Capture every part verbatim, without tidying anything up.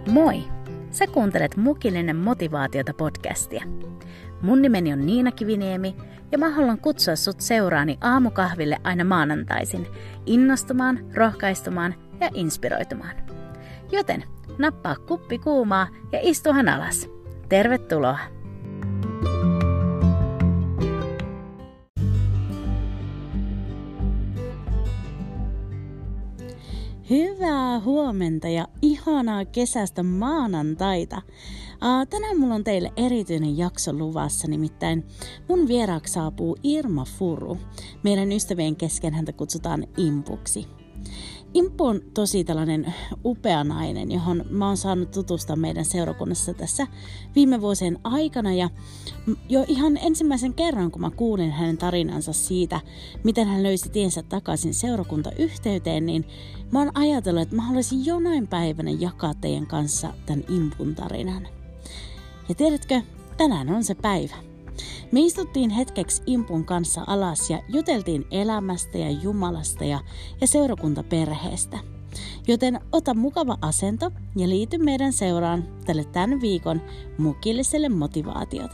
Moi! Sä kuuntelet Mukillinen motivaatiota podcastia. Mun nimeni on Niina Kiviniemi ja mä haluan kutsua sut seuraani aamukahville aina maanantaisin innostumaan, rohkaistumaan ja inspiroitumaan. Joten nappaa kuppi kuumaa ja istuhan alas. Tervetuloa! Hyvää huomenta ja ihanaa kesästä maanantaita. Tänään mulla on teille erityinen jakso luvassa, nimittäin mun vieraaksi saapuu Irma Furu. Meidän ystävien kesken häntä kutsutaan Impuksi. Impu on tosi tällainen upea nainen, johon mä oon saanut tutustua meidän seurakunnassa tässä viime vuosien aikana. Ja jo ihan ensimmäisen kerran, kun mä kuulin hänen tarinansa siitä, miten hän löysi tiensä takaisin seurakuntayhteyteen, niin mä oon ajatellut, että mä haluaisin jonain päivänä jakaa teidän kanssa tämän Impun tarinan. Ja tiedätkö, tänään on se päivä. Me istuttiin hetkeksi Impun kanssa alas ja juteltiin elämästä ja Jumalasta ja, ja seurakuntaperheestä. Joten ota mukava asento ja liity meidän seuraan tälle tämän viikon mukilliselle motivaatiota.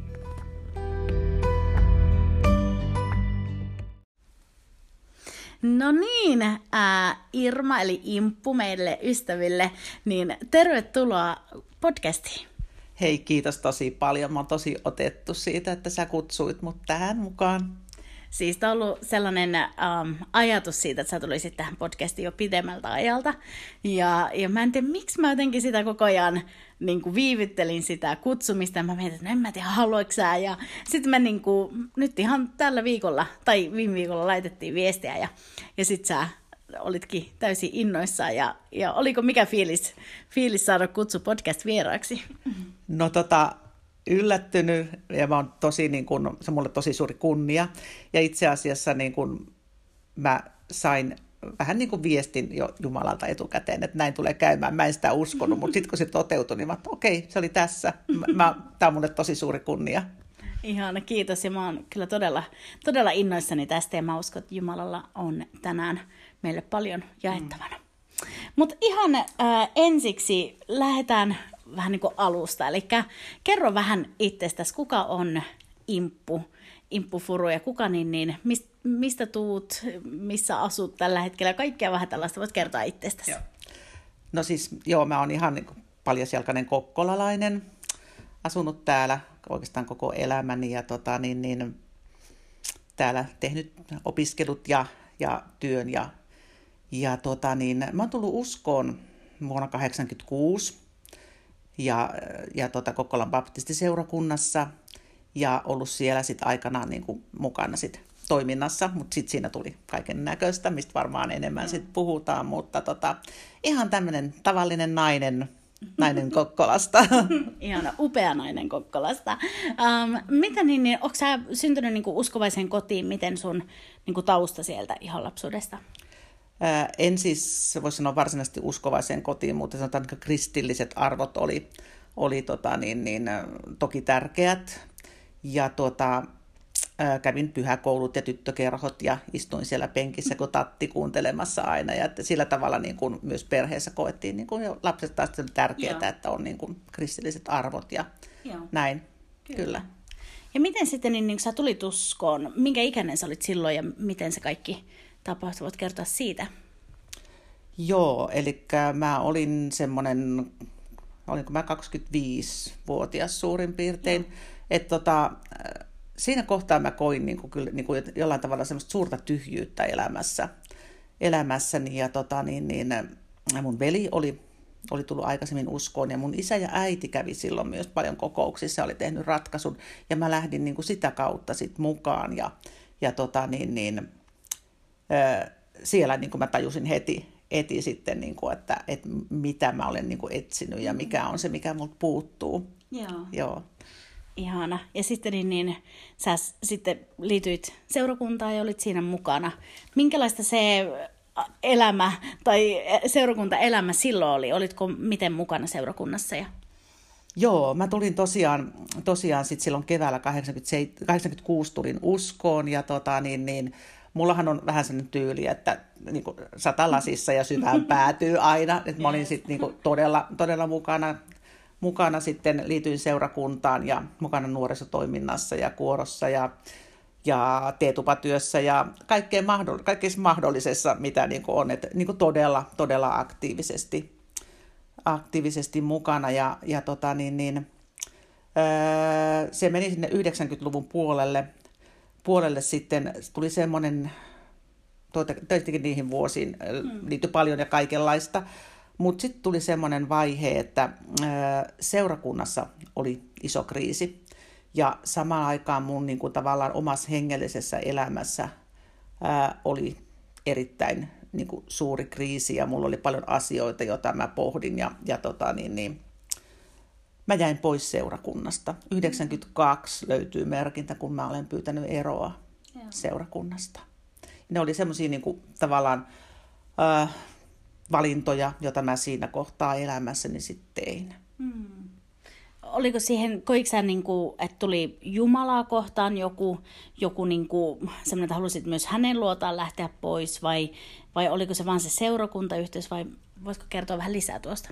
No niin, ää, Irma eli Impu meille ystäville, niin tervetuloa podcastiin. Hei, kiitos tosi paljon. Mä oon tosi otettu siitä, että sä kutsuit mut tähän mukaan. Siis on ollut sellainen ähm, ajatus siitä, että sä tulisit tähän podcastiin jo pidemmältä ajalta. Ja, ja mä en tiedä, miksi mä jotenkin sitä koko ajan niin kuin viivyttelin sitä kutsumista. Ja mä mietin, että no en mä tiedä, haluatko sä. Ja sitten me niin kuin, nyt ihan tällä viikolla, tai viime viikolla laitettiin viestiä. Ja, ja sit sä olitkin täysin innoissaan. Ja, ja oliko mikä fiilis, fiilis saada kutsu podcast-vieraaksi? No tota, yllättynyt ja mä oon tosi, niin kun, se on mulle tosi suuri kunnia. Ja itse asiassa niin kun mä sain vähän niin kuin viestin jo Jumalalta etukäteen, että näin tulee käymään. Mä en sitä uskonut, mutta sitten kun se toteutui, niin mä että okei, se oli tässä. Mä, tää on mulle tosi suuri kunnia. Ihana, kiitos. Ja mä oon kyllä todella, todella innoissani tästä ja mä uskon, että Jumalalla on tänään meille paljon jaettavana. Mm. Mutta ihan äh, ensiksi lähdetään vähän niin kuin alusta. Eli kerro vähän itsestäsi, kuka on Imppu, Imppu Furu ja kuka niin, niin mist, mistä tuut, missä asut tällä hetkellä, kaikkea vähän tällaista voit kertoa itsestäsi. Joo. No siis joo, mä oon ihan niin kuin paljasjalkainen kokkolalainen, asunut täällä oikeastaan koko elämäni ja tota, niin, niin, täällä tehnyt opiskelut ja, ja työn ja, ja tota, niin, mä oon tullut uskoon vuonna kahdeksankymmentäkuusi. ja, ja tota Kokkolan baptistiseurakunnassa ja ollut siellä sitten aikanaan niin kuin mukana sit toiminnassa, mutta sitten siinä tuli kaiken näköistä, mistä varmaan enemmän sit puhutaan, mutta tota, ihan tämmöinen tavallinen nainen, nainen Kokkolasta. Ihana, upea nainen Kokkolasta. Um, mitä niin, niin onko sä syntynyt niin kuin uskovaiseen kotiin, miten sun niin kuin tausta sieltä ihan lapsuudesta? Ää, en siis voisi sanoa varsinaisesti uskovaiseen kotiin, mutta sanotaan, että kristilliset arvot oli, oli tota, niin, niin, toki tärkeät. Ja tuota, ää, kävin pyhäkoulut ja tyttökerhot ja istuin siellä penkissä kun tatti kuuntelemassa aina. Ja sillä tavalla niin kuin myös perheessä koettiin niin kuin jo lapset taas tärkeää, Joo. että on niin kuin kristilliset arvot ja Joo. näin. Kyllä. Kyllä. Ja miten sitten, niin, niin sä tulit uskoon, minkä ikäinen sä olit silloin ja miten se kaikki tapahtui? Voit kertoa siitä? Joo, eli mä olin semmoinen, olinko mä kaksikymmentäviisivuotias suurin piirtein, että tota, siinä kohtaa mä koin niin kuin, kyllä, niin kuin jollain tavalla semmoista suurta tyhjyyttä elämässä, elämässäni ja tota, niin, niin, mun veli oli, oli tullut aikaisemmin uskoon ja mun isä ja äiti kävi silloin myös paljon kokouksissa, oli tehnyt ratkaisun ja mä lähdin niin kuin sitä kautta sit mukaan ja, ja tota, niin, niin, siellä niin kuin mä tajusin heti, heti sitten, niin kuin, että, että mitä mä olen niin kuin etsinyt ja mikä on se, mikä multa puuttuu. Joo. Joo. Ihana. Ja sitten niin, niin sä sitten liityit seurakuntaan ja olit siinä mukana. Minkälaista se elämä tai seurakuntaelämä silloin oli? Olitko miten mukana seurakunnassa? Ja... Joo, mä tulin tosiaan, tosiaan sit silloin keväällä kahdeksankymmentäkuusi tulin uskoon ja tota, niin, niin, mullahan on vähän sellainen tyyli, että niin kuin satalasissa ja syvään päätyy aina. Et mä olin sitten niin kuin todella, todella mukana, mukana sitten, liityin seurakuntaan ja mukana nuorisotoiminnassa ja kuorossa ja, ja teetupatyössä ja kaikkeen mahdoll- kaikessa mahdollisessa, mitä niin kuin on. Et niin kuin todella, todella aktiivisesti, aktiivisesti mukana ja, ja tota niin, niin, öö, se meni sinne yhdeksänkymmentäluvun puolelle. Puolelle sitten tuli semmoinen, tietenkin niihin vuosiin liittyi paljon ja kaikenlaista, mutta sitten tuli semmoinen vaihe, että seurakunnassa oli iso kriisi ja samaan aikaan mun niin kuin tavallaan omassa hengellisessä elämässä ää, oli erittäin niin kuin suuri kriisi ja mulla oli paljon asioita, joita mä pohdin ja, ja tota, niin, niin, mä jäin pois seurakunnasta. yhdeksänkymmentäkaksi löytyy merkintä, kun mä olen pyytänyt eroa Joo. seurakunnasta. Ne oli semmoisia niin kuin, tavallaan äh, valintoja, joita mä siinä kohtaa elämässäni sitten tein. Hmm. Oliko siihen, koitko sä, niin kuin, että tuli Jumalaa kohtaan joku, joku niin kuin, semmoinen, että halusit myös hänen luotaan lähteä pois, vai, vai oliko se vaan se seurakuntayhteys, vai voisiko kertoa vähän lisää tuosta?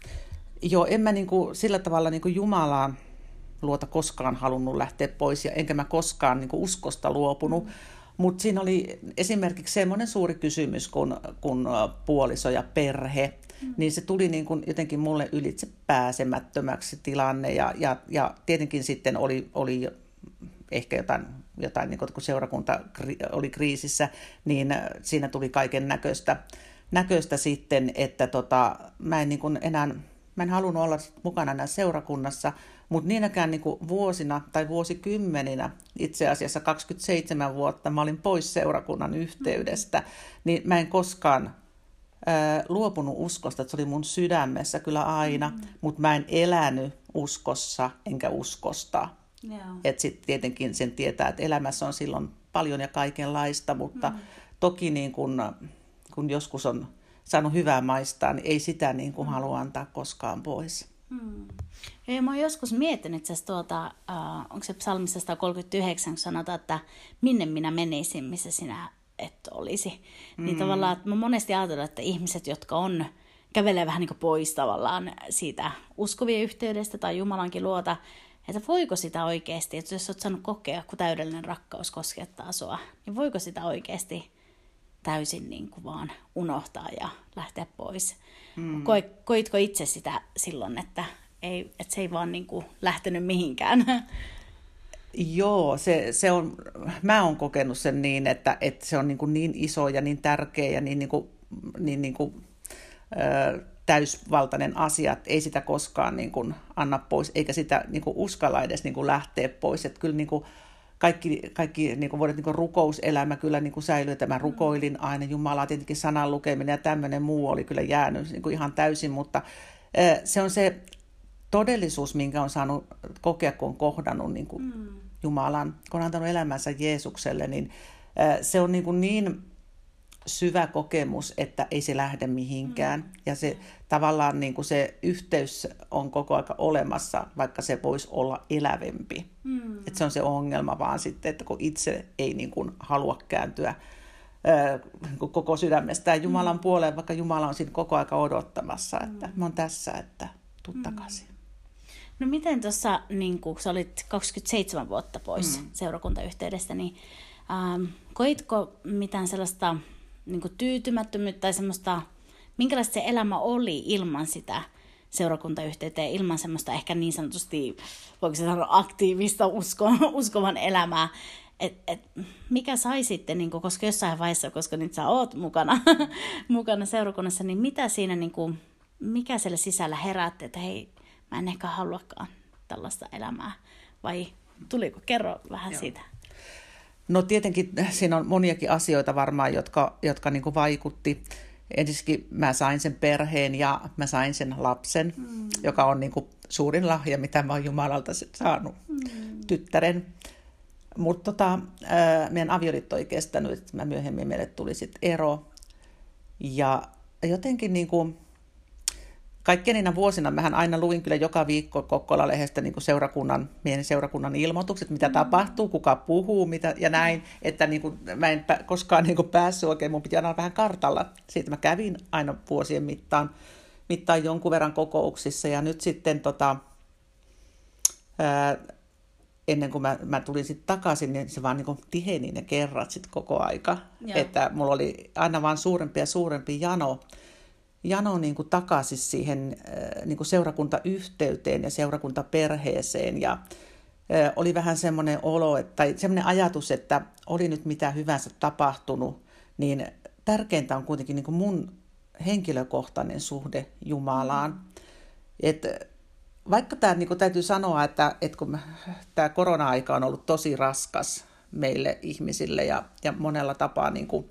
Joo, en mä niin kuin, sillä tavalla niin kuin Jumalaan luota koskaan halunnut lähteä pois, ja enkä mä koskaan niin kuin uskosta luopunut. Mm. Mutta siinä oli esimerkiksi semmoinen suuri kysymys kuin, kuin puoliso ja perhe, mm. niin se tuli niin kuin jotenkin mulle ylitse pääsemättömäksi tilanne, ja, ja, ja tietenkin sitten oli, oli ehkä jotain, jotain niin kuin, kun seurakunta oli kriisissä, niin siinä tuli kaiken näköistä, näköistä sitten, että tota, mä en niin kuin enää... Mä en halunnut olla mukana näissä seurakunnassa, mutta niinäkään niin kuin vuosina tai vuosikymmeninä, itse asiassa kaksikymmentäseitsemän vuotta, mä olin pois seurakunnan yhteydestä, niin mä en koskaan ää, luopunut uskosta, että se oli mun sydämessä kyllä aina, mm. mutta mä en elänyt uskossa enkä uskosta. Yeah. Että sitten tietenkin sen tietää, että elämässä on silloin paljon ja kaikenlaista, mutta mm. toki niin kun, kun joskus on saanut hyvää maistaa, niin ei sitä niin kuin halua antaa koskaan pois. Hmm. Ja mä oon joskus miettinyt, että tuota, äh, onko se psalmissa sata kolmekymmentäyhdeksän, kun sanotaan, että minne minä menisin, missä sinä et olisi. Hmm. Niin tavallaan, että mä monesti ajattelen, että ihmiset, jotka on, kävelee vähän niin kuin pois tavallaan siitä uskovien yhteydestä tai Jumalankin luota, että voiko sitä oikeasti, että jos olet saanut kokea, kun täydellinen rakkaus koskettaa sua, niin voiko sitä oikeasti täysin niin kuin vaan unohtaa ja lähteä pois. Mm. Koitko itse sitä silloin, että, ei, että se ei vaan niin kuin lähtenyt mihinkään? Joo, se, se on, mä oon kokenut sen niin, että, että se on niin, kuin niin iso ja niin tärkeä ja niin, niin, kuin, niin, niin kuin, ö, täysvaltainen asia, että ei sitä koskaan niin kuin anna pois, eikä sitä niin kuin uskalla edes niin kuin lähteä pois. Että kyllä niin kuin Kaikki, kaikki niin kuin vuodet niin kuin rukouselämä kyllä niin kuin säilyi, että mä rukoilin aina Jumalaa, tietenkin sanan lukeminen ja tämmöinen muu oli kyllä jäänyt niin kuin ihan täysin, mutta se on se todellisuus, minkä on saanut kokea, kun on kohdannut niin kuin mm. Jumalan, kun on antanut elämänsä Jeesukselle, niin se on niin, kuin niin syvä kokemus, että ei se lähde mihinkään. Mm. Ja se tavallaan niin kuin se yhteys on koko aika olemassa, vaikka se voisi olla elävempi. Mm. Että se on se ongelma vaan sitten, että kun itse ei niin kuin halua kääntyä ää, koko sydämestään Jumalan mm. puoleen, vaikka Jumala on siinä koko aika odottamassa, että mm. mä oon tässä, että tuu mm. takaisin. No miten tuossa, niin kun sä olit kaksikymmentäseitsemän vuotta pois mm. seurakuntayhteydestä, niin ähm, koitko mitään sellaista niin kuin tyytymättömyyttä tai semmoista, minkälaista se elämä oli ilman sitä seurakuntayhteyttä ja ilman semmoista ehkä niin sanotusti, voiko se sanoa aktiivista usko, uskovan elämää, et, et, mikä sai sitten, niin kuin, koska jossain vaiheessa, koska nyt sä oot mukana, mukana seurakunnassa, niin mitä siinä, niin kuin, mikä siellä sisällä herätti, että hei, mä en ehkä haluakaan tällaista elämää, vai tuliko, kerro vähän Joo. siitä. No tietenkin siinä on moniakin asioita varmaan, jotka, jotka niin kuin vaikutti. Ensinnäkin mä sain sen perheen ja mä sain sen lapsen, mm. joka on niin kuin suurin lahja, mitä mä oon Jumalalta saanut, mm. tyttären. Mutta tota, meidän avioliitto ei kestänyt, että mä myöhemmin meille tuli sitten ero. Ja jotenkin niin kuin, kaikkien niinä vuosina mähän aina luin kyllä joka viikko Kokkola-lehdestä niin kuin seurakunnan, meidän seurakunnan ilmoitukset, mitä mm. tapahtuu, kuka puhuu mitä, ja näin, että niin kuin, mä en koskaan niin kuin päässyt oikein, mun piti aina vähän kartalla. Siitä mä kävin aina vuosien mittaan, mittaan jonkun verran kokouksissa, ja nyt sitten tota, ää, ennen kuin mä, mä tulin sitten takaisin, niin se vaan niin kuin tiheni ne kerrat sitten koko aika, ja. Että mulla oli aina vaan suurempi ja suurempi jano, jano niin kuin takaisin siihen niin kuin seurakuntayhteyteen ja seurakuntaperheeseen. Ja äh, oli vähän semmoinen olo, että, tai semmoinen ajatus, että oli nyt mitä hyvänsä tapahtunut, niin tärkeintä on kuitenkin niin kuin mun henkilökohtainen suhde Jumalaan. Et, vaikka tämä niin kuin täytyy sanoa, että, että kun tämä korona-aika on ollut tosi raskas meille ihmisille ja, ja monella tapaa niin kuin,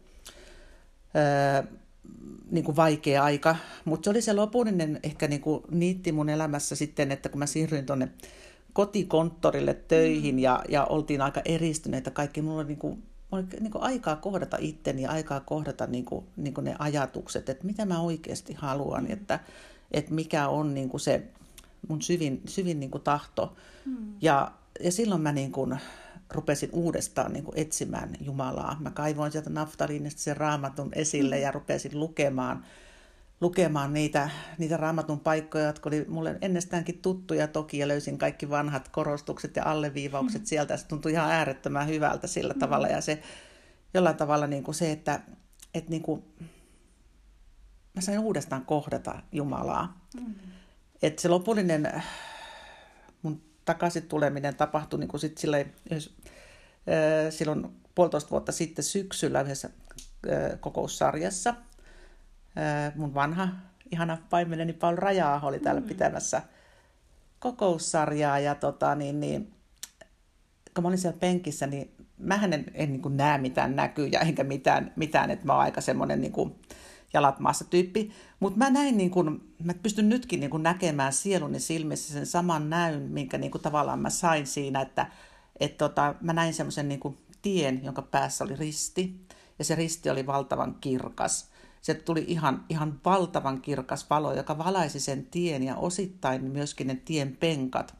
äh, niin kuin vaikea aika, mutta se oli se lopullinen ehkä niin kuin niitti mun elämässä sitten, että kun mä siirryin tuonne kotikonttorille töihin mm. ja, ja oltiin aika eristyneitä kaikki, mulla oli, niin kuin, oli niin kuin aikaa kohdata itteni ja aikaa kohdata niin kuin, niin kuin ne ajatukset, että mitä mä oikeasti haluan, mm. että, että mikä on niin kuin se mun syvin, syvin niin kuin tahto. Mm. Ja, ja silloin mä niin kuin rupesin uudestaan niin kuin etsimään Jumalaa. Mä kaivoin sieltä naftaliinista sen raamatun esille ja rupesin lukemaan, lukemaan niitä, niitä raamatun paikkoja, jotka oli mulle ennestäänkin tuttuja toki, ja löysin kaikki vanhat korostukset ja alleviivaukset mm. sieltä. Se tuntui ihan äärettömän hyvältä sillä mm. tavalla. Ja se jollain tavalla niin kuin se, että, että niin kuin, mä sain uudestaan kohdata Jumalaa. Mm. Että se lopullinen mun takaisin tuleminen tapahtui niin kuin sit silleen, silloin puolitoista vuotta sitten syksyllä yhdessä kokoussarjassa. Mun vanha, ihana paimeneni Paul Raja oli täällä mm. pitämässä kokoussarjaa. Ja tota, niin, niin, kun mä olin siellä penkissä, niin mähän en, en niin kuin näe mitään näkyjä, enkä mitään, mitään että mä oon aika semmoinen niin kuin jalat maassa tyyppi. Mutta mä näin, niin kun, mä pystyn nytkin niin kun näkemään sieluni silmissä sen saman näyn, minkä niin kun tavallaan mä sain siinä, että et tota, mä näin semmoisen niin kun tien, jonka päässä oli risti, ja se risti oli valtavan kirkas. Se tuli ihan, ihan valtavan kirkas valo, joka valaisi sen tien, ja osittain myöskin ne tien penkat,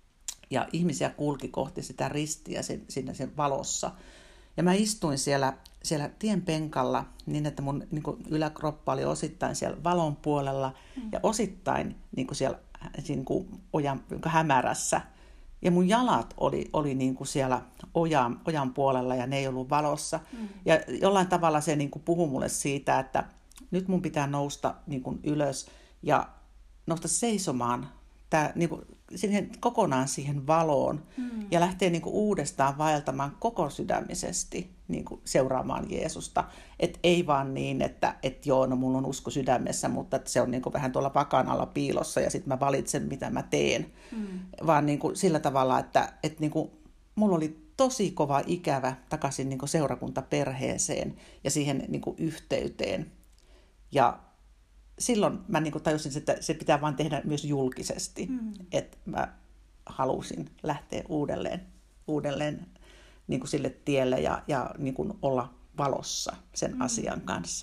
ja ihmisiä kulki kohti sitä ristiä sen, siinä sen valossa. Ja mä istuin siellä, siellä tien penkalla niin, että mun niin kuin yläkroppa oli osittain siellä valon puolella mm. ja osittain niin kuin siellä niin kuin ojan, hämärässä. Ja mun jalat oli, oli niin kuin siellä ojan, ojan puolella ja ne ei ollut valossa. Mm. Ja jollain tavalla se niin kuin puhui mulle siitä, että nyt mun pitää nousta niin kuin ylös ja nousta seisomaan tää, niin kuin, siihen, kokonaan siihen valoon mm. ja lähtee niin kuin uudestaan vaeltamaan koko sydämisesti niin kuin seuraamaan Jeesusta. Et ei vaan niin, että et joo, no mulla on usko sydämessä, mutta että se on niin kuin vähän tuolla vakan alla piilossa ja sitten mä valitsen, mitä mä teen. Mm. Vaan niin kuin sillä tavalla, että et niin kuin, mulla oli tosi kova ikävä takaisin niin kuin seurakuntaperheeseen ja siihen niin kuin yhteyteen. Ja silloin mä niin kuin tajusin, että se pitää vaan tehdä myös julkisesti, mm. että mä halusin lähteä uudelleen, uudelleen niin kuin sille tielle ja, ja niin kuin olla valossa sen mm. asian kanssa.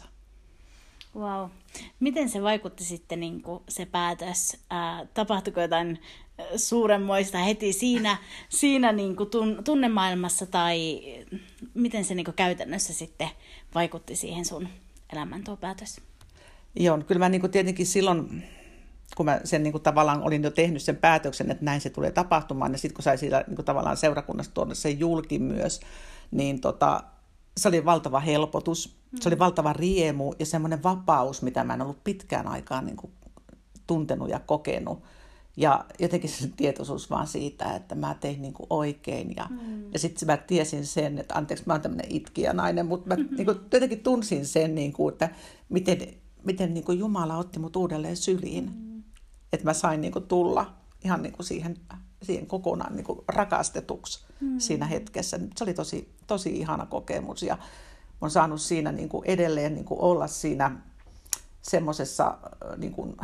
Wow. Miten se vaikutti sitten niin kuin se päätös? Ää, tapahtuiko jotain suuremmoista heti siinä, siinä niin kuin tunnemaailmassa tai miten se niin kuin käytännössä sitten vaikutti siihen sun elämän tuo päätös? Joo, kyllä mä niin kuin tietenkin silloin, kun mä sen niin kuin tavallaan olin jo tehnyt sen päätöksen, että näin se tulee tapahtumaan, ja sitten kun sai siitä niin kuin tavallaan seurakunnasta tuonne sen julki myös, niin tota, se oli valtava helpotus, mm. se oli valtava riemu ja semmoinen vapaus, mitä mä en ollut pitkään aikaan niin kuin tuntenut ja kokenut. Ja jotenkin se tietoisuus vaan siitä, että mä tein niin kuin oikein. Ja, mm. ja sitten mä tiesin sen, että anteeksi, mä oon tämmöinen itkijä nainen, mutta mä mm-hmm. niin kuin jotenkin tunsin sen, niin kuin, että miten... miten niin kuin Jumala otti mut uudelleen syliin. Mm. Että mä sain niin kuin tulla ihan niin kuin siihen, siihen kokonaan niin kuin rakastetuksi mm. siinä hetkessä. Se oli tosi, tosi ihana kokemus ja olen saanut siinä niin kuin edelleen niin kuin olla siinä semmoisessa niin kuin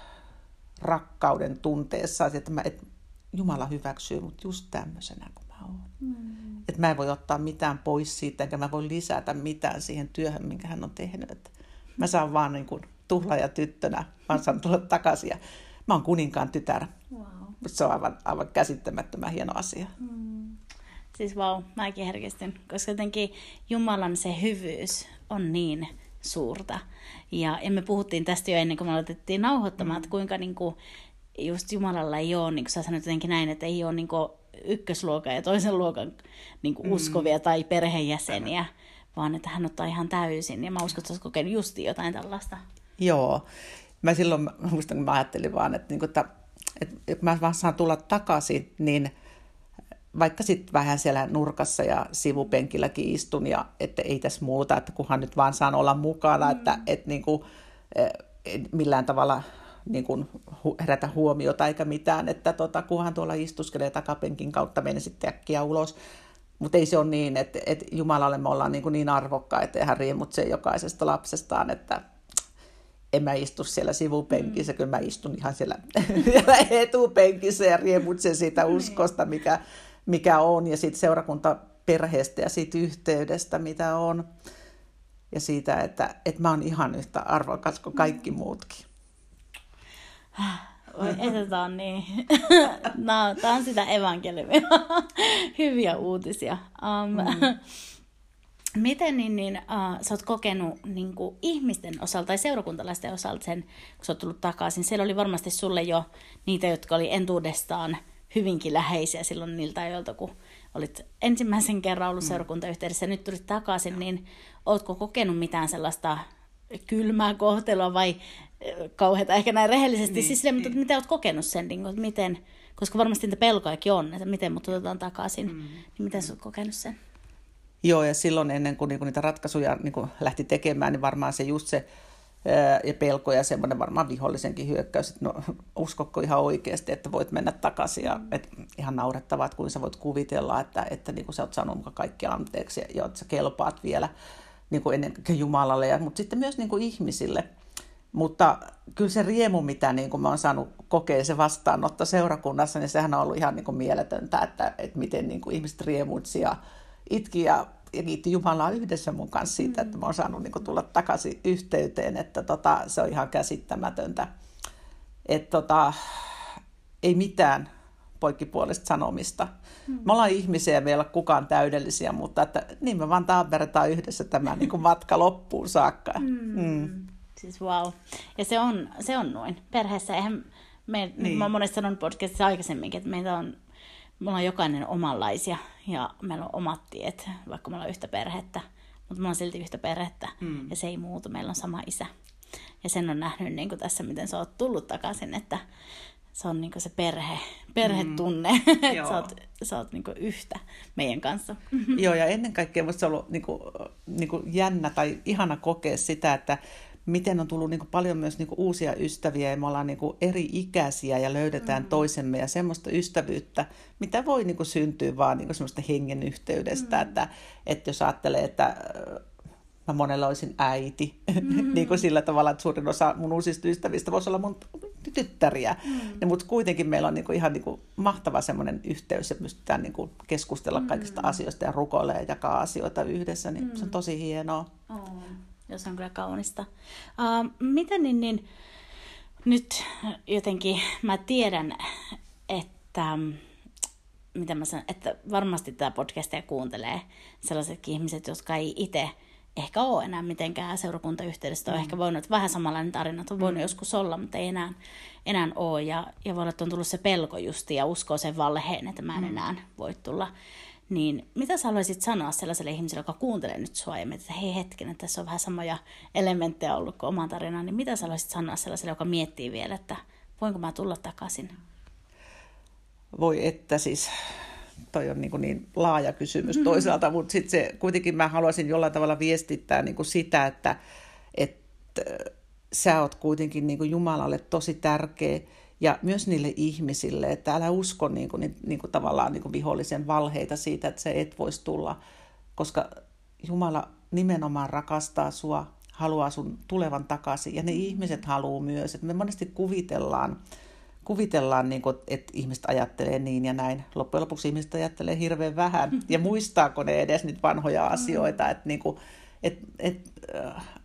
rakkauden tunteessa, että, mä, että Jumala hyväksyy mut just tämmöisenä kuin mä oon. Mm. Että mä en voi ottaa mitään pois siitä, enkä mä voi lisätä mitään siihen työhön, minkä hän on tehnyt. Että mä saan vaan niin kuin tuhlaajatyttönä. Mä oon saanut tulla takaisin ja mä oon kuninkaan tytär. Wow. Se on aivan, aivan käsittämättömän hieno asia. Mm. Siis vau, wow, mäkin herkistyn, koska jotenkin Jumalan se hyvyys on niin suurta. Ja, ja me puhuttiin tästä jo ennen kuin me aloitettiin nauhoittamaan, mm. että kuinka niin kuin, just Jumalalla ei ole, niin kuin sä sanoit jotenkin näin, että ei ole niin kuin ykkösluokan ja toisen luokan niin kuin uskovia mm. tai perheenjäseniä, vaan että hän ottaa ihan täysin. Ja mä uskon, että sä oot kokenut just jotain tällaista. Joo. Mä silloin, muistan, kun mä ajattelin vaan, että, että, että, että mä vaan saan tulla takaisin, niin vaikka sitten vähän siellä nurkassa ja sivupenkilläkin istun, ja että ei tässä muuta, että kunhan nyt vaan saan olla mukana, mm. että et niinku, et millään tavalla niinku herätä huomiota eikä mitään, että tota, kunhan tuolla istuskelee takapenkin kautta menen sitten äkkiä ulos. Mutta ei se ole niin, että, että Jumalalle me ollaan niin, niin arvokkaita ja hän riemutsee jokaisesta lapsestaan, että en mä istu siellä sivupenkissä, mm. kyllä mä istun ihan siellä etupenkissä ja riemutsen siitä uskosta, mikä, mikä on, ja siitä seurakuntaperheestä ja siitä yhteydestä, mitä on, ja siitä, että, että mä oon ihan yhtä arvokas kuin kaikki muutkin. Oi, että tää on niin. No, tää on sitä evankeliumia. Hyviä uutisia. Um, mm. Miten niin, niin, uh, sä oot kokenut niin kuin ihmisten osalta tai seurakuntalaisten osalta sen, kun sä oot tullut takaisin? Siellä oli varmasti sulle jo niitä, jotka oli entuudestaan hyvinkin läheisiä silloin niiltä ajoilta, kun olit ensimmäisen kerran ollut mm. seurakuntayhteydessä ja nyt tulit takaisin, niin ootko kokenut mitään sellaista kylmää kohtelua vai kauheata ehkä näin rehellisesti? Niin, siis sille, niin. Miten oot kokenut sen, niin kuin, miten, koska varmasti niitä pelkojakin on, että miten mut otetaan takaisin, mm. niin miten sä oot kokenut sen? Joo, ja silloin ennen kuin niitä ratkaisuja niin kuin lähti tekemään, niin varmaan se just se ää, ja pelko ja semmoinen varmaan vihollisenkin hyökkäys, että no uskokko ihan oikeasti, että voit mennä takaisin, ja et, ihan naurettavaa, että kuin sä voit kuvitella, että, että niin kuin sä oot saanut kaikki anteeksi ja, ja että sä kelpaat vielä niin kuin ennen kuin Jumalalle, ja, mutta sitten myös niin kuin ihmisille. Mutta kyllä se riemu, mitä niin kuin mä oon saanut kokea se vastaanotto seurakunnassa, niin sehän on ollut ihan niin kuin mieletöntä, että, että miten niin kuin ihmiset riemuitsi ja itki ja, ja kiitti Jumalaa yhdessä mun kanssa siitä, mm. että mä oon saanut niin kuin tulla takaisin yhteyteen, että tota, se on ihan käsittämätöntä. Että tota, ei mitään poikkipuolista sanomista. Mm. Me ollaan ihmisiä ja me ei ole kukaan täydellisiä, mutta että, niin me vaan taanverrataan yhdessä tämä niin kuin matka loppuun saakka. Mm. Mm. Siis wow. Ja se on, se on noin. Perheessä eihän me, niin. Mä oon monesti sanonut podcastissa aikaisemminkin, että meitä on, me ollaan jokainen omanlaisia ja meillä on omat tiet, vaikka me ollaan yhtä perhettä, mutta me ollaan silti yhtä perhettä mm. ja se ei muutu, meillä on sama isä. Ja sen on nähnyt niin kuin tässä, miten sä oot tullut takaisin, että se on niin kuin se perhe, perhetunne, mm. että sä oot, sä oot niin kuin yhtä meidän kanssa. Joo, ja ennen kaikkea musta se on ollut niin kuin, niin kuin jännä tai ihana kokea sitä, että miten on tullut niin kuin paljon myös niin kuin uusia ystäviä ja me ollaan niin kuin eri ikäisiä ja löydetään mm. toisemme ja semmoista ystävyyttä, mitä voi niin kuin syntyä vaan niin kuin semmoista hengen yhteydestä, mm. että, että jos ajattelee, että mä monella olisin äiti, mm. niin kuin sillä tavalla, että suurin osa mun uusista ystävistä voisi olla mun tyttäriä, mm. mutta kuitenkin meillä on niin kuin ihan niin kuin mahtava semmoinen yhteys ja pystytään niin kuin keskustella mm. kaikista asioista ja rukoilemaan ja jakaa asioita yhdessä, niin mm. se on tosi hienoa. Oh. Ja se on kyllä kaunista. Uh, miten niin, niin, nyt jotenkin mä tiedän, että, mitä mä sanon, että varmasti tämä podcastia kuuntelee sellaisetkin ihmiset, jotka ei itse ehkä ole enää mitenkään seurakuntayhteydessä. On mm. ehkä voinut, vähän samanlainen tarina, että on voinut mm. joskus olla, mutta ei enää, enää ole. Ja, ja voi olla, että on tullut se pelko justi ja uskoo sen valheen, että mä en enää voi tulla. Niin mitä sä haluaisit sanoa sellaiselle ihmiselle, joka kuuntelee nyt sua ja miettii, että hei hetken, että tässä on vähän samoja elementtejä ollut kuin oman tarinaan, niin mitä sä haluaisit sanoa sellaiselle, joka miettii vielä, että voinko mä tulla takaisin? Voi että siis, toi on niin, niin laaja kysymys toisaalta, mutta sitten se kuitenkin mä haluaisin jollain tavalla viestittää niin kuin sitä, että, että sä oot kuitenkin niin kuin Jumalalle tosi tärkeä. Ja myös niille ihmisille, että älä usko niin kuin, niin kuin tavallaan niin kuin vihollisen valheita siitä, että sä et voisi tulla, koska Jumala nimenomaan rakastaa sua, haluaa sun tulevan takaisin, ja ne ihmiset haluaa myös. Että me monesti kuvitellaan, kuvitellaan niin kuin, että ihmiset ajattelee niin ja näin. Loppujen lopuksi ihmiset ajattelee hirveän vähän, ja muistaako ne edes niitä vanhoja asioita, että niin kuin, et, et,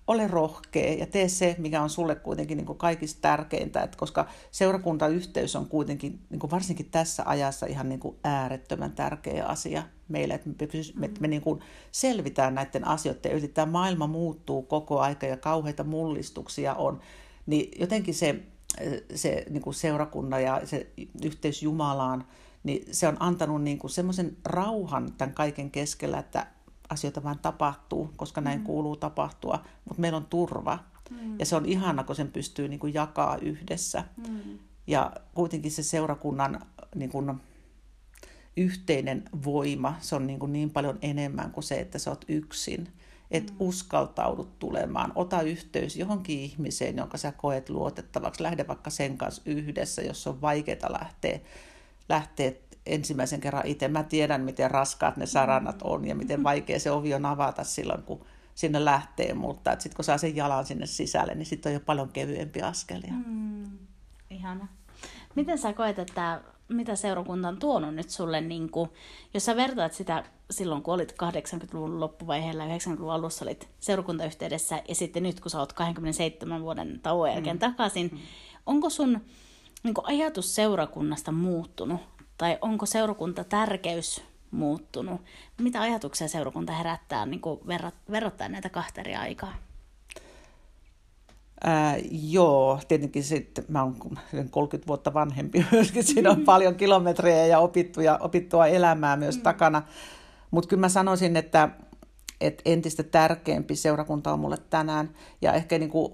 ole rohkea ja tee se, mikä on sulle kuitenkin niin kuin kaikista tärkeintä, että koska seurakuntayhteys on kuitenkin niin kuin varsinkin tässä ajassa ihan niin kuin äärettömän tärkeä asia meille, että me, pysy, me, me niin kuin selvitään näiden asioiden, eli tämä maailma muuttuu koko aika ja kauheita mullistuksia on, niin jotenkin se, se niin kuin seurakunnan ja se yhteys Jumalaan, niin se on antanut niin kuin semmoisen rauhan tämän kaiken keskellä, että asioita vaan tapahtuu, koska näin mm. kuuluu tapahtua, mutta meillä on turva. Mm. Ja se on ihana, kun sen pystyy niin kuin jakaa yhdessä. Mm. Ja kuitenkin se seurakunnan niin kuin, yhteinen voima, se on niin, kuin niin paljon enemmän kuin se, että sä oot yksin. Että mm. uskaltaudut tulemaan, ota yhteys johonkin ihmiseen, jonka sä koet luotettavaksi. Lähde vaikka sen kanssa yhdessä, jos on vaikeaa lähteä, lähteä ensimmäisen kerran itse. Mä tiedän, miten raskaat ne saranat on ja miten vaikea se ovi on avata silloin, kun sinne lähtee. Mutta sitten kun saa sen jalan sinne sisälle, niin sitten on jo paljon kevyempi askelia. Mm, ihana. Miten sä koet, että mitä seurakunta on tuonut nyt sulle, niin kun, jos sä vertaat sitä silloin, kun olit kahdeksankymmentäluvun loppuvaiheella ja yhdeksänkymmentäluvun alussa olit seurakuntayhteydessä ja sitten nyt, kun sä oot kaksikymmentäseitsemän vuoden tauon jälkeen mm. takaisin, mm. onko sun niin kun ajatus seurakunnasta muuttunut? Tai onko seurakunta tärkeys muuttunut? Mitä ajatuksia seurakunta herättää niin kuin verrattain näitä kahta eri aikaa? Ää, joo, tietenkin sitten mä oon kolmekymmentä vuotta vanhempi myöskin. Siinä on paljon kilometrejä ja opittua, opittua elämää myös mm. takana. Mutta kyllä mä sanoisin, että, että entistä tärkeämpi seurakunta on mulle tänään. Ja ehkä niin kuin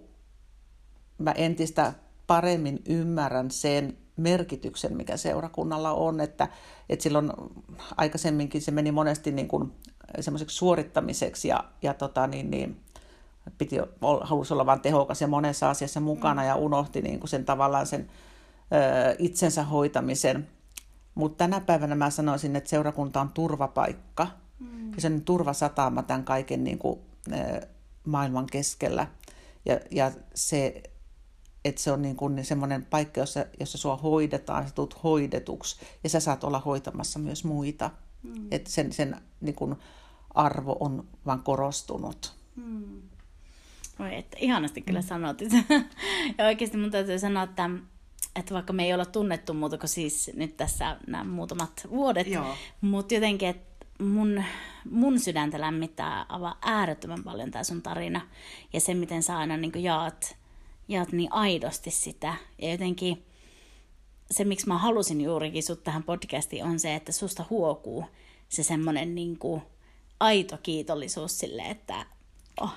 mä entistä paremmin ymmärrän sen merkityksen, mikä seurakunnalla on, että, että silloin aikaisemminkin se meni monesti niin kuin semmoiseksi suorittamiseksi ja, ja tota niin, niin, piti, halusi olla vain tehokas ja monessa asiassa mukana ja unohti niin kuin sen tavallaan sen ö, itsensä hoitamisen. Mutta tänä päivänä mä sanoisin, että seurakunta on turvapaikka mm. ja se on turvasatama tämän kaiken niin kuin, ö, maailman keskellä ja, ja se että se on niin kuin semmoinen paikka, jossa, jossa sua hoidetaan, sä tulet hoidetuksi ja sä saat olla hoitamassa myös muita. Mm. Että sen, sen niin kuin arvo on vaan korostunut. Mm. Oi, että ihanasti kyllä mm. sanot. Ja oikeasti mun täytyy sanoa, että, että vaikka me ei olla tunnettu muuta kuin siis nyt tässä nämä muutamat vuodet, mutta jotenkin, että mun, mun sydäntä lämmittää aivan äärettömän paljon tää sun tarina ja se, miten sä aina niin kuin jaat jaat niin aidosti sitä. Ja jotenkin se, miksi mä halusin juurikin sut tähän podcastiin, on se, että susta huokuu se semmoinen niin kuin aito kiitollisuus silleen, että oh,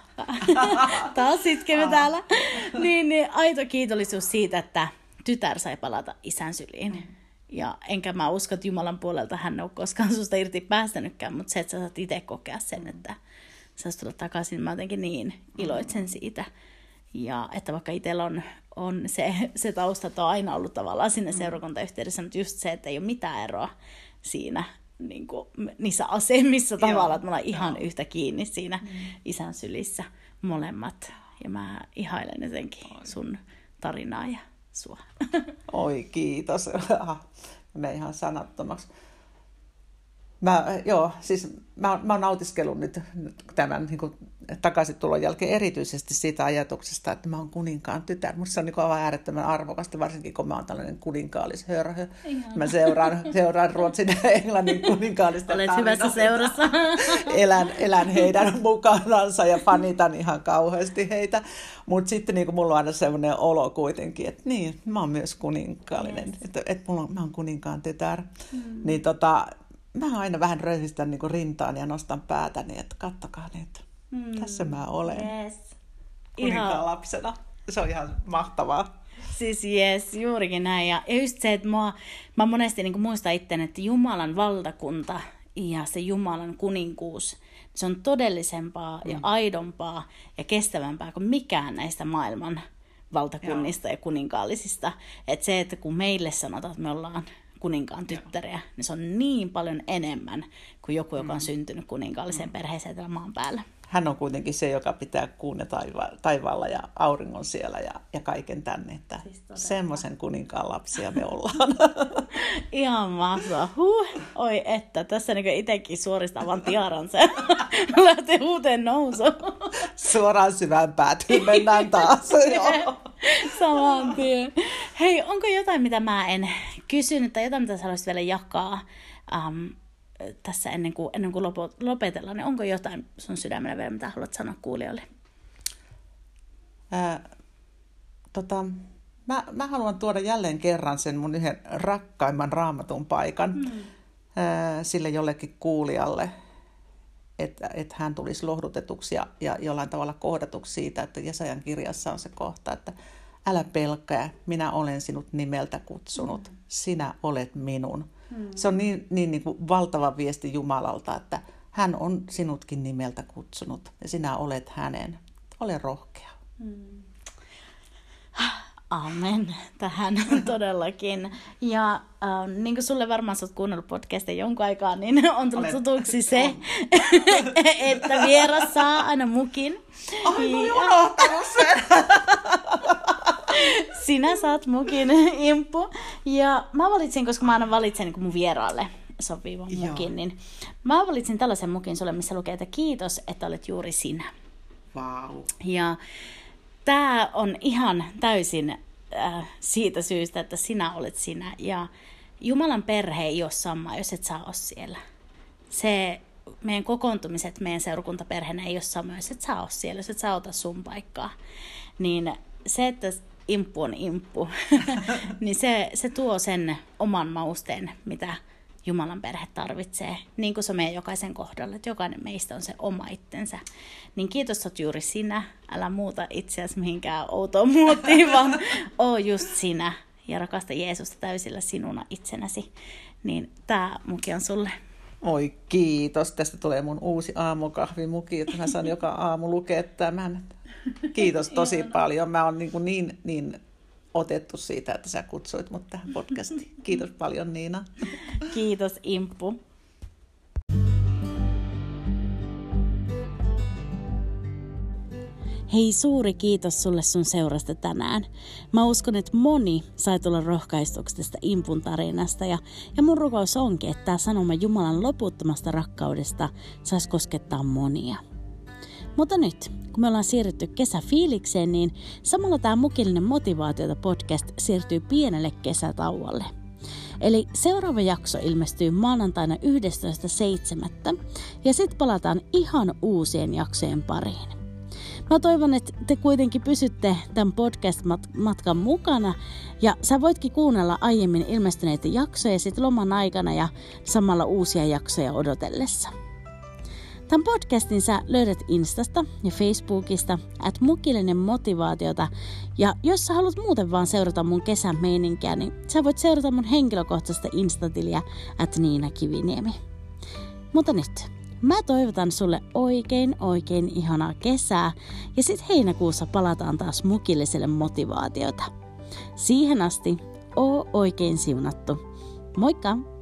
taas itkemme täällä. niin, niin aito kiitollisuus siitä, että tytär sai palata isän syliin. Ja enkä mä usko, että Jumalan puolelta hän on koskaan susta irti päästänytkään, mutta se, että sä saat itse kokea sen, että sä saat tulla takaisin, mä jotenkin niin iloitsen siitä. Ja että vaikka itsellä on, on se, se tausta, että on aina ollut tavallaan sinne seurakuntayhteydessä, mutta just se, että ei ole mitään eroa siinä niin kuin, niissä asemissa tavallaan, että me ollaan ihan joo. yhtä kiinni siinä mm. isän sylissä molemmat. Ja mä ihailen jotenkin Oi. sun tarinaa ja sua. Oi, kiitos. Mä ihan sanattomaksi. Mä, joo, siis mä, mä oon nautiskellut nyt tämän niin kuin, takaisin tulon jälkeen erityisesti siitä ajatuksesta, että mä oon kuninkaan tytär. Musta se on niin aivan äärettömän arvokasta, varsinkin kun mä oon tällainen kuninkaallishörhö. Mä seuraan, seuraan Ruotsin ja Englannin kuninkaallista Olet hyvässä seurassa. elän, elän heidän mukanansa ja fanitan ihan kauheasti heitä. Mutta sitten niin mulla on aina sellainen olo kuitenkin, että niin, mä oon myös kuninkaallinen. Yes. Että et mulla on, mä oon kuninkaan tytär. Mm. Niin tota... Mä aina vähän röyhistän niin rintaan ja nostan päätäni, että kattokaa nyt. Mm. Tässä mä olen. Yes. Kuninkaan lapsena. Se on ihan mahtavaa. Siis jes, juurikin näin. Ja just se, että mä, mä monesti niin muistan itten, että Jumalan valtakunta ja se Jumalan kuninkuus, se on todellisempaa mm. ja aidompaa ja kestävämpää kuin mikään näistä maailman valtakunnista Joo. ja kuninkaallisista. Että se, että kun meille sanotaan, että me ollaan kuninkaan tyttäriä, niin se on niin paljon enemmän kuin joku, joka on syntynyt kuninkaalliseen perheeseen täällä maan päällä. Hän on kuitenkin se, joka pitää kuun taiva- taivaalla ja auringon siellä ja, ja kaiken tänne. Että siis semmoisen kuninkaan lapsia me ollaan. Ihan mahtavaa. Huh. Oi että, tässä niin itsekin suoristaa vaan tiaransa. Lähtee uuteen nousuun. Suoraan syvään päätyyn mennään taas. Saman tien. Hei, onko jotain, mitä mä en kysynyt, tai jotain, mitä sä haluaisit vielä jakaa um, tässä ennen kuin, ennen kuin lopetellaan? Niin onko jotain sun sydämellä vielä, mitä haluat sanoa kuulijoille? Ää, tota, mä, mä haluan tuoda jälleen kerran sen mun yhden rakkaimman raamatun paikan mm. ää, sille jollekin kuulijalle, että et hän tulisi lohdutetuksi ja, ja jollain tavalla kohdatuksi siitä, että Jesajan kirjassa on se kohta, että älä pelkää, minä olen sinut nimeltä kutsunut, sinä olet minun. Mm. Se on niin, niin, niin kuin valtava viesti Jumalalta, että hän on sinutkin nimeltä kutsunut ja sinä olet hänen. Ole rohkea. Mm. Amen. Tähän todellakin. Ja äh, niin kuin sulle varmaan sä oot kuunnellut podcastia jonkun aikaa, niin on tullut tutuksi se, että vieras saa aina mukin. Ai, mä olin unohtanut sen. Sinä saat mukin, Imppu. Ja mä valitsin, koska mä aina valitsen niin kuin mun vieraalle sopivan mukin, niin mä valitsin tällaisen mukin sulle, missä lukee, että kiitos, että olet juuri sinä. Vau. Wow. Ja tää on ihan täysin äh, siitä syystä, että sinä olet sinä. Ja Jumalan perhe ei ole sama, jos et sä ole siellä. Se, meidän kokoontumiset, meidän seurakuntaperheenä ei ole sama, jos et sä ole siellä, jos et sä ota sun paikkaa. Niin se, että Imppu on Imppu, niin se, se tuo sen oman mausteen, mitä Jumalan perhe tarvitsee, niin kuin se on meidän jokaisen kohdalla, että jokainen meistä on se oma itsensä. Niin kiitos, että olet juuri sinä. Älä muuta itseäsi mihinkään outoon muottiin, vaan oo just sinä. Ja rakasta Jeesusta täysillä sinuna itsenäsi. Niin tää muki on sulle. Oi kiitos. Tästä tulee mun uusi aamukahvimuki, että mä saan joka aamu lukea tämän. Kiitos tosi paljon. Mä oon niin, niin, niin otettu siitä, että sä kutsuit mut tähän podcastiin. Kiitos paljon, Niina. Kiitos, Imppu. Hei, suuri kiitos sulle sun seurasta tänään. Mä uskon, että moni sai tulla rohkaistuksi tästä Impun tarinasta. Ja, ja mun rukous onkin, että tämä sanoma Jumalan loputtomasta rakkaudesta saisi koskettaa monia. Mutta nyt, kun me ollaan siirrytty kesäfiilikseen, niin samalla tämä Mukillinen motivaatiota podcast siirtyy pienelle kesätauolle. Eli seuraava jakso ilmestyy maanantaina yhdestoista seitsemättä ja sitten palataan ihan uusien jaksojen pariin. Mä toivon, että te kuitenkin pysytte tämän podcast-matkan mukana ja sä voitkin kuunnella aiemmin ilmestyneitä jaksoja sit loman aikana ja samalla uusia jaksoja odotellessa. Tämän podcastin sä löydät Instasta ja Facebookista at Mukillinen motivaatiota ja jos sä haluat muuten vaan seurata mun kesän meininkiä, niin sä voit seurata mun henkilökohtaista Instatiliä at Niina Kiviniemi. Mutta nyt, mä toivotan sulle oikein oikein ihanaa kesää ja sit heinäkuussa palataan taas Mukilliselle motivaatiota. Siihen asti, oo oikein siunattu. Moikka!